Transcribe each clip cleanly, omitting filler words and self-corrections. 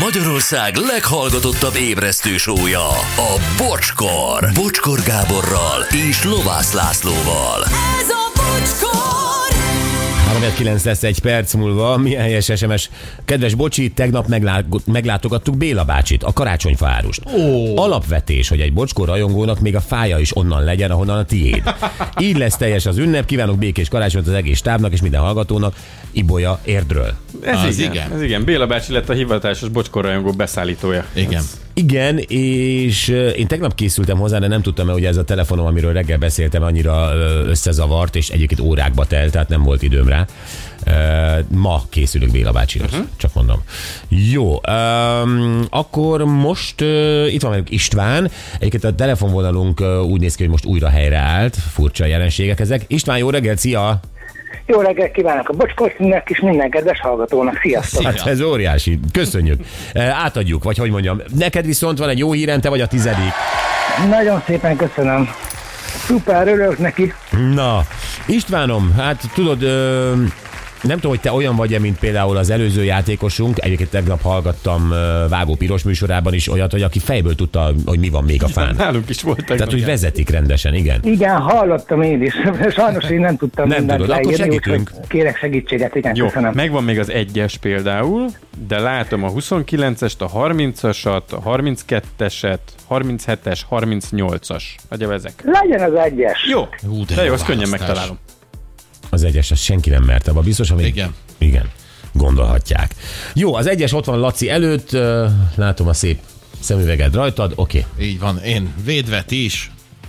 Magyarország leghallgatottabb ébresztő show-ja, a Bocskor. Bocskor Gáborral és Lovász Lászlóval. Ez a Bocskor! 3-9 lesz egy perc múlva. Milyen helyes SMS. Kedves Bocsi, tegnap meglátogattuk Béla bácsit, a karácsonyfa árust. Alapvetés, hogy egy Bocskor rajongónak még a fája is onnan legyen, ahonnan a tiéd. Így lesz teljes az ünnep. Kívánok békés karácsonyt az egész stábnak és minden hallgatónak. Ibolya Érdről. Ez igen. Béla bácsi lett a hivatásos Bocskor rajongó beszállítója. Igen, és én tegnap készültem hozzá, de nem tudtam, hogy ez a telefonom, amiről reggel beszéltem, annyira összezavart, és egyébként órákba telt, tehát nem volt időm rá. Ma készülök Béla bácsihoz, csak mondom. Jó, akkor most itt van velünk István. Egyébként a telefonvonalunk úgy néz ki, hogy most újra helyreállt. Furcsa jelenségek ezek. István, jó reggelt, szia! Jó reggelt kívánok a Bocskornak és minden kedves hallgatónak. Sziasztok! Hát ez óriási. Köszönjük. Átadjuk, vagy hogy mondjam. Neked viszont van egy jó hírem, te vagy a 10. Nagyon szépen köszönöm. Szuper, örülök neki. Na, Istvánom, hát tudod, nem tudom, hogy te olyan vagy-e, mint például az előző játékosunk. Egyébként tegnap hallgattam Vágó Piros műsorában is olyat, hogy aki fejből tudta, hogy mi van még a fán. Nálunk is volt tegnap. Tehát, hogy vezetik rendesen, igen. Igen, hallottam én is. Sajnos én nem tudtam nem mindent tudod, leírni, akkor segítünk. Kérek segítséget, igen, Jó, köszönöm. megvan még az 1-es például, de látom a 29-est, a 30-asat, a 32-eset, 37-es, 38-as. Vagy ezek. Legyen az 1-es. Jó, de jó, azt könnyen választás. megtalálom. Az 1-es, azt senki nem merte, abban biztos, hogy... Igen, gondolhatják. Jó, az 1-es ott van Laci előtt, látom a szép szemüveged rajtad, oké. Így van, én védve, ti is.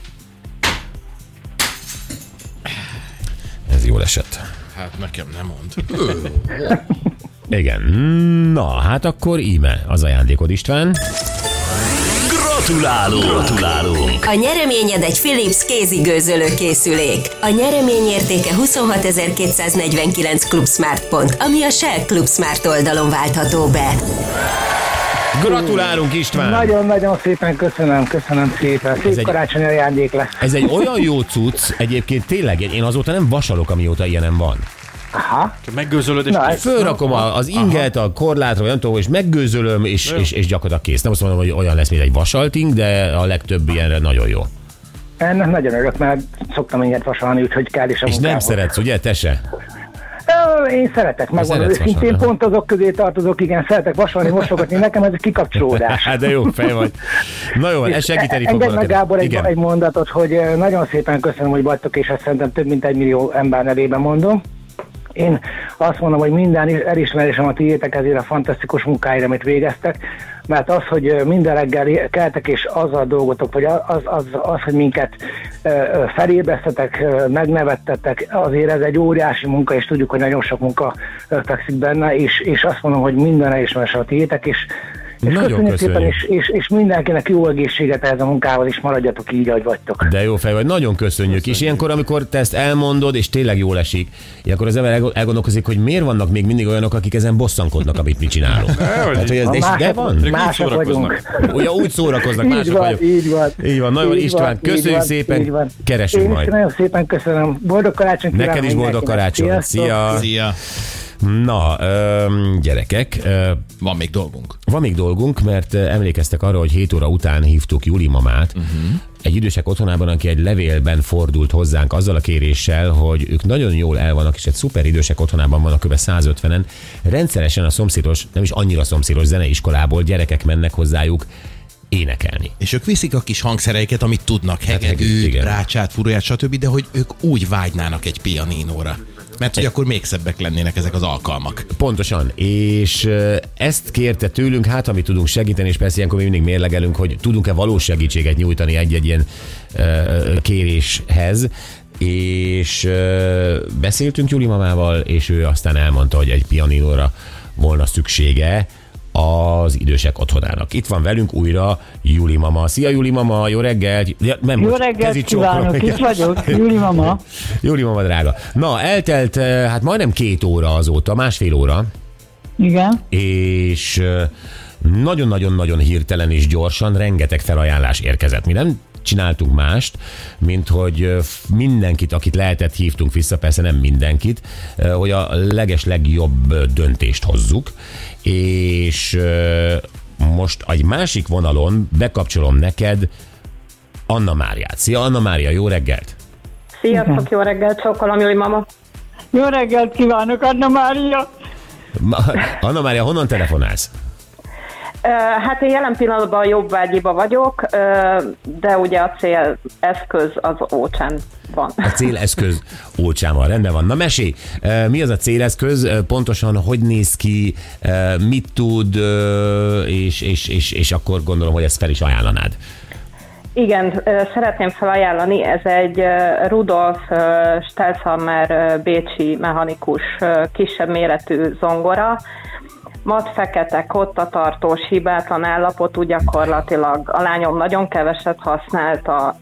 Ez jól esett. Hát nekem nem mond. Igen, na, hát akkor íme az ajándékod, István. Gratulálunk! A nyereményed egy Philips kézigőzölő készülék. A nyeremény értéke 26.249 Club Smart pont, ami a Shell Club Smart oldalon váltható be. Gratulálunk, István! Nagyon-nagyon szépen köszönöm szépen. Szép karácsonyi ajándék lesz. Ez egy olyan jó cucc, egyébként tényleg, én azóta nem vasalok, amióta ilyenem van. Aha. Meggőzölöd és kész. Fölrakom az inget, a korlátra, nem tudom, és meggőzölöm, és gyakorlatilag kész. Nem azt mondom, hogy olyan lesz, mint egy vasalting, de a legtöbb ilyenre nagyon jó. Ennek nagyon örök, mert szoktam ilyet vasalni, úgyhogy kell is a És nem munkához. szeretsz, ugye, te se? Én szeretek, megmondom szeretsz őszintén, vasalni. pont azok közé tartozok, igen, szeretek vasalni, mosogatni, nekem ez egy kikapcsolódás. Hát de jó, fej vagy. Na jó, ez segíteni fog Engedd meg, valakit. Gábor, Igen. egy mondatot, hogy nagyon szépen köszönöm, hogy vagytok, és ezt szerintem több mint 1 millió ember nevében mondom. Én azt mondom, hogy minden elismerésem a tiétek ezért a fantasztikus munkáért, amit végeztek, mert az, hogy minden reggel keltek és azzal dolgotok, vagy az hogy minket felébresztetek, megnevettetek, azért ez egy óriási munka, és tudjuk, hogy nagyon sok munka fekszik benne, és azt mondom, hogy minden elismerésem a tiétek, és Nagyon köszönjük szépen, köszönjük. és mindenkinek jó egészséget ehhez a munkához, és maradjatok így, ahogy vagytok. De jó fej vagy, nagyon köszönjük. És ilyenkor, amikor te ezt elmondod, és tényleg jól esik, ilyenkor az ember elgondolkozik, hogy miért vannak még mindig olyanok, akik ezen bosszankodnak, amit mi csinálunk. Hát, hogy ez de van? Mások vagyunk. Ugye úgy szórakoznak, Így mások van, vagyunk. így van. Így van, nagyon Így István, van, köszönjük így van, szépen, így van. keresünk Én is majd. nagyon szépen köszönöm. Boldog karácsony kívánok Neked is boldog mindenkinek. karácsony. Sziasztok. Szia! Szia. Na, gyerekek, Van még dolgunk. van még dolgunk, mert emlékeztek arra, hogy 7 óra után hívtuk Juli mamát, egy idősek otthonában, aki egy levélben fordult hozzánk azzal a kéréssel, hogy ők nagyon jól el vannak, és egy szuper idősek otthonában vannak kb. 150-en. Rendszeresen a szomszédos, nem is annyira szomszédos zeneiskolából gyerekek mennek hozzájuk énekelni. És ők viszik a kis hangszereiket, amit tudnak, hegedűt, igen. rácsát, furuját, stb., de hogy ők úgy vágynának egy pianinóra. Mert hogy akkor még szebbek lennének ezek az alkalmak. Pontosan, és ezt kérte tőlünk, hát ha mi tudunk segíteni, és persze ilyenkor mi mindig mérlegelünk, hogy tudunk-e valós segítséget nyújtani egy-egy ilyen kéréshez, és beszéltünk Juli mamával, és ő aztán elmondta, hogy egy pianinóra volna szüksége az idősek otthonának. Itt van velünk újra Juli mama. Szia Juli mama, jó reggelt! Ja, nem, Jó most reggelt kezit csókolom. kívánok, itt vagyok, Juli mama. Juli mama drága. Na, eltelt hát majdnem 2 óra azóta, 1,5 óra, Igen. és nagyon-nagyon-nagyon hirtelen és gyorsan rengeteg felajánlás érkezett. Mi nem csináltunk mást, mint hogy mindenkit, akit lehetett, hívtunk vissza, persze nem mindenkit, hogy a legjobb döntést hozzuk, és most egy másik vonalon bekapcsolom neked Anna Máriát. Szia, Anna Mária, jó reggelt! Sziasztok, jó reggelt, csókolom, Júli mama. Jó reggelt kívánok, Anna Mária! Anna Mária, honnan telefonálsz? Hát én jelen pillanatban a Jobbágyiba vagyok, de ugye a céleszköz az Ócsán van. A céleszköz Ócsán van, rendben van. Na mesélj, mi az a céleszköz, pontosan hogy néz ki, mit tud, és akkor gondolom, hogy ezt fel is ajánlanád. Igen, szeretném felajánlani, ez egy Rudolf Stelzhammer bécsi mechanikus kisebb méretű zongora, mat fekete, kottatartós, hibátlan állapotú, gyakorlatilag a lányom nagyon keveset használta,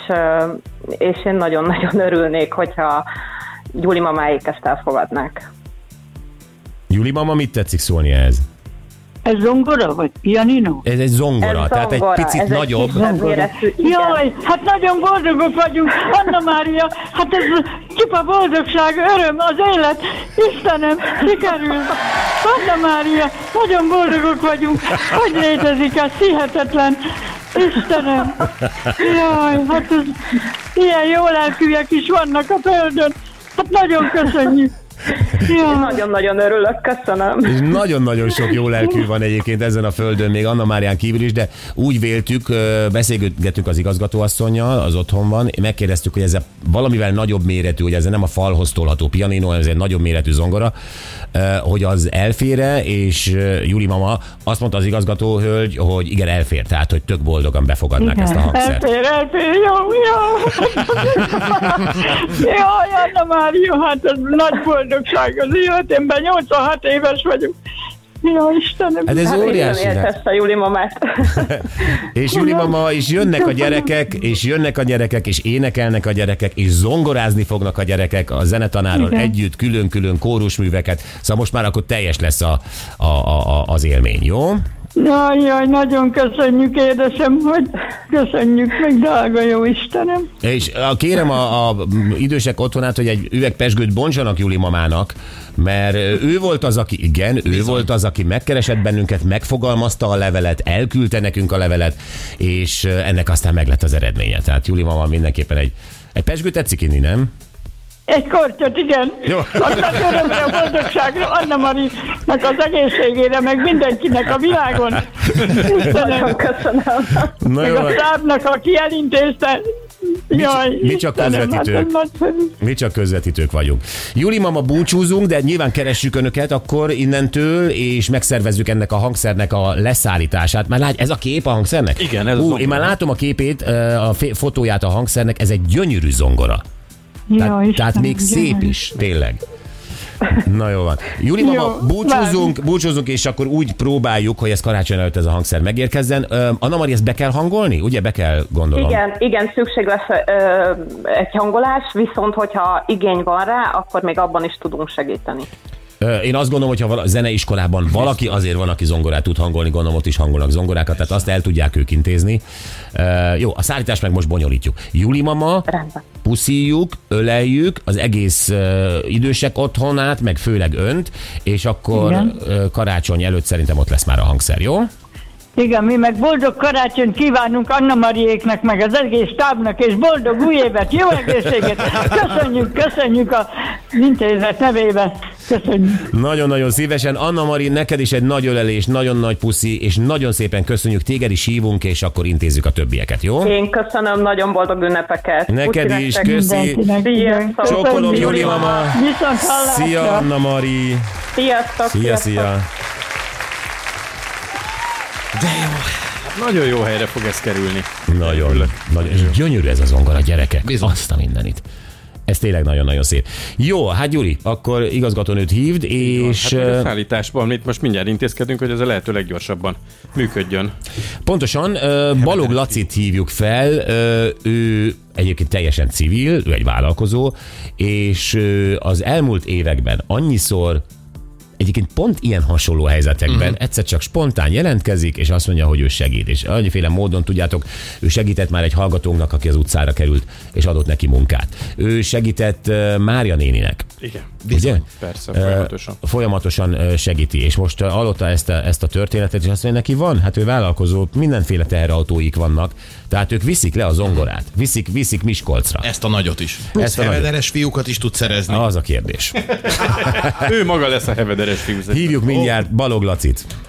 és én nagyon-nagyon örülnék, hogyha Gyuli mamáik ezt elfogadnák. Gyuli mama, mit tetszik szólni ehhez? Ez zongora, vagy pianino? Ez egy zongora, ez tehát zongora, egy picit ez nagyobb. Jaj, hát nagyon boldogok vagyunk, Anna Mária, hát ez csupa boldogság, öröm, az élet, Istenem, sikerült. Anna Mária, nagyon boldogok vagyunk, hogy létezik ez, hihetetlen. Istenem, jaj, hát ez, ilyen jó lelkűek is vannak a földön, hát nagyon köszönjük. Én nagyon-nagyon örülök, köszönöm. És nagyon-nagyon sok jó lelkű van egyébként ezen a földön, még Anna Márián kívül is, de úgy véltük, beszélgettünk az igazgatóasszonnyal, az otthon van, megkérdeztük, hogy ez valamivel nagyobb méretű, hogy ez nem a falhoz tolható pianino, ez egy nagyobb méretű zongora, hogy az elfére, és Juli mama azt mondta az igazgató hölgy, hogy igen, elfér, tehát hogy tök boldogan befogadnák ezt a hangszert. Elfér, jó. Jaj, Anna Mária, hát ez nagy boldogság az életemben, 86 éves vagyok. Ja, Istenem. Hát ez óriási. Hát a Juli mamát. És Juli mama, és jönnek a gyerekek, és énekelnek a gyerekek, és zongorázni fognak a gyerekek a zenetanárral együtt, külön-külön kórusműveket. Szóval most már akkor teljes lesz az élmény, jó? Jaj, nagyon köszönjük, édesem, hogy köszönjük meg, drága jó Istenem. És kérem a idősek otthonát, hogy egy üveg pezsgőt bontsanak Juli mamának, mert ő volt az, aki, volt az, aki megkeresett bennünket, megfogalmazta a levelet, elküldte nekünk a levelet, és ennek aztán meg lett az eredménye. Tehát Juli mama mindenképpen egy pezsgőt tetszik inni, nem? Egy kortyot, igen. Jó. Aztán örömre, a boldogságra, Anna Marinak az egészségére, meg mindenkinek a világon. Nagyon köszönöm. Meg a stábnak, aki elintézte. Jaj, mi csak közvetítők. Mi csak közvetítők vagyunk. Juli mama, búcsúzunk, de nyilván keressük önöket akkor innentől, és megszervezzük ennek a hangszernek a leszállítását. Már látj, ez a kép a hangszernek? Igen, ez Én már látom a képét, a fotóját a hangszernek, ez egy gyönyörű zongora. Tehát még szép is, tényleg. Na jó van. Juli mama, búcsúzunk, és akkor úgy próbáljuk, hogy ez karácsony előtt ez a hangszer megérkezzen. Anna Mari, ezt be kell hangolni? Ugye be kell, gondolom. Igen, szükség lesz egy hangolás, viszont hogyha igény van rá, akkor még abban is tudunk segíteni. Én azt gondolom, hogy ha a zeneiskolában valaki azért van, aki zongorát tud hangolni, gondolom ott is hangolnak zongorákat, tehát azt el tudják ők intézni. Jó, a szállítást meg most bonyolítjuk. Juli mama, puszíjuk, öleljük az egész idősek otthonát, meg főleg önt, és akkor karácsony előtt szerintem ott lesz már a hangszer, jó? Igen, mi meg boldog karácsonyt kívánunk Anna Mariéknek, meg az egész tábnak, és boldog új évet, jó egészséget! Köszönjük az intézet nevében. Köszönjük. Nagyon-nagyon szívesen. Anna Mari, neked is egy nagy ölelés, nagyon nagy puszi, és nagyon szépen köszönjük, téged is hívunk, és akkor intézzük a többieket, jó? Én köszönöm, nagyon boldog ünnepeket. Neked is, köszi. Csókolom, Juli mama. Szia, Anna Mari. Sziasztok. Szia. De jó. Nagyon jó helyre fog ez kerülni. Nagyon. És gyönyörű ez a zongora, gyerekek. Azt a mindenit. Ez tényleg nagyon-nagyon szép. Jó, hát Gyuri, akkor igazgatónőt hívd, és... Hát a szállításban itt most mindjárt intézkedünk, hogy ez a lehető leggyorsabban működjön. Pontosan, Balog Lacit hívjuk fel, ő egyébként teljesen civil, ő egy vállalkozó, és az elmúlt években annyiszor egyébként pont ilyen hasonló helyzetekben egyszer csak spontán jelentkezik, és azt mondja, hogy ő segít. És annyiféle módon, tudjátok, ő segített már egy hallgatónknak, aki az utcára került, és adott neki munkát. Ő segített Mária néninek. Igen. Ugye? Persze, folyamatosan. Folyamatosan segíti, és most hallotta ezt a történetet, és azt mondja, neki van, hát ő vállalkozó, mindenféle teherautóik vannak, tehát ők viszik le a zongorát, viszik Miskolcra. Ezt a nagyot is. Ezt Ezt a nagyot. hevederes fiúkat is tud szerezni. Az a kérdés. Ő maga lesz a hevederes fiú. Hívjuk mindjárt Balog Lacit.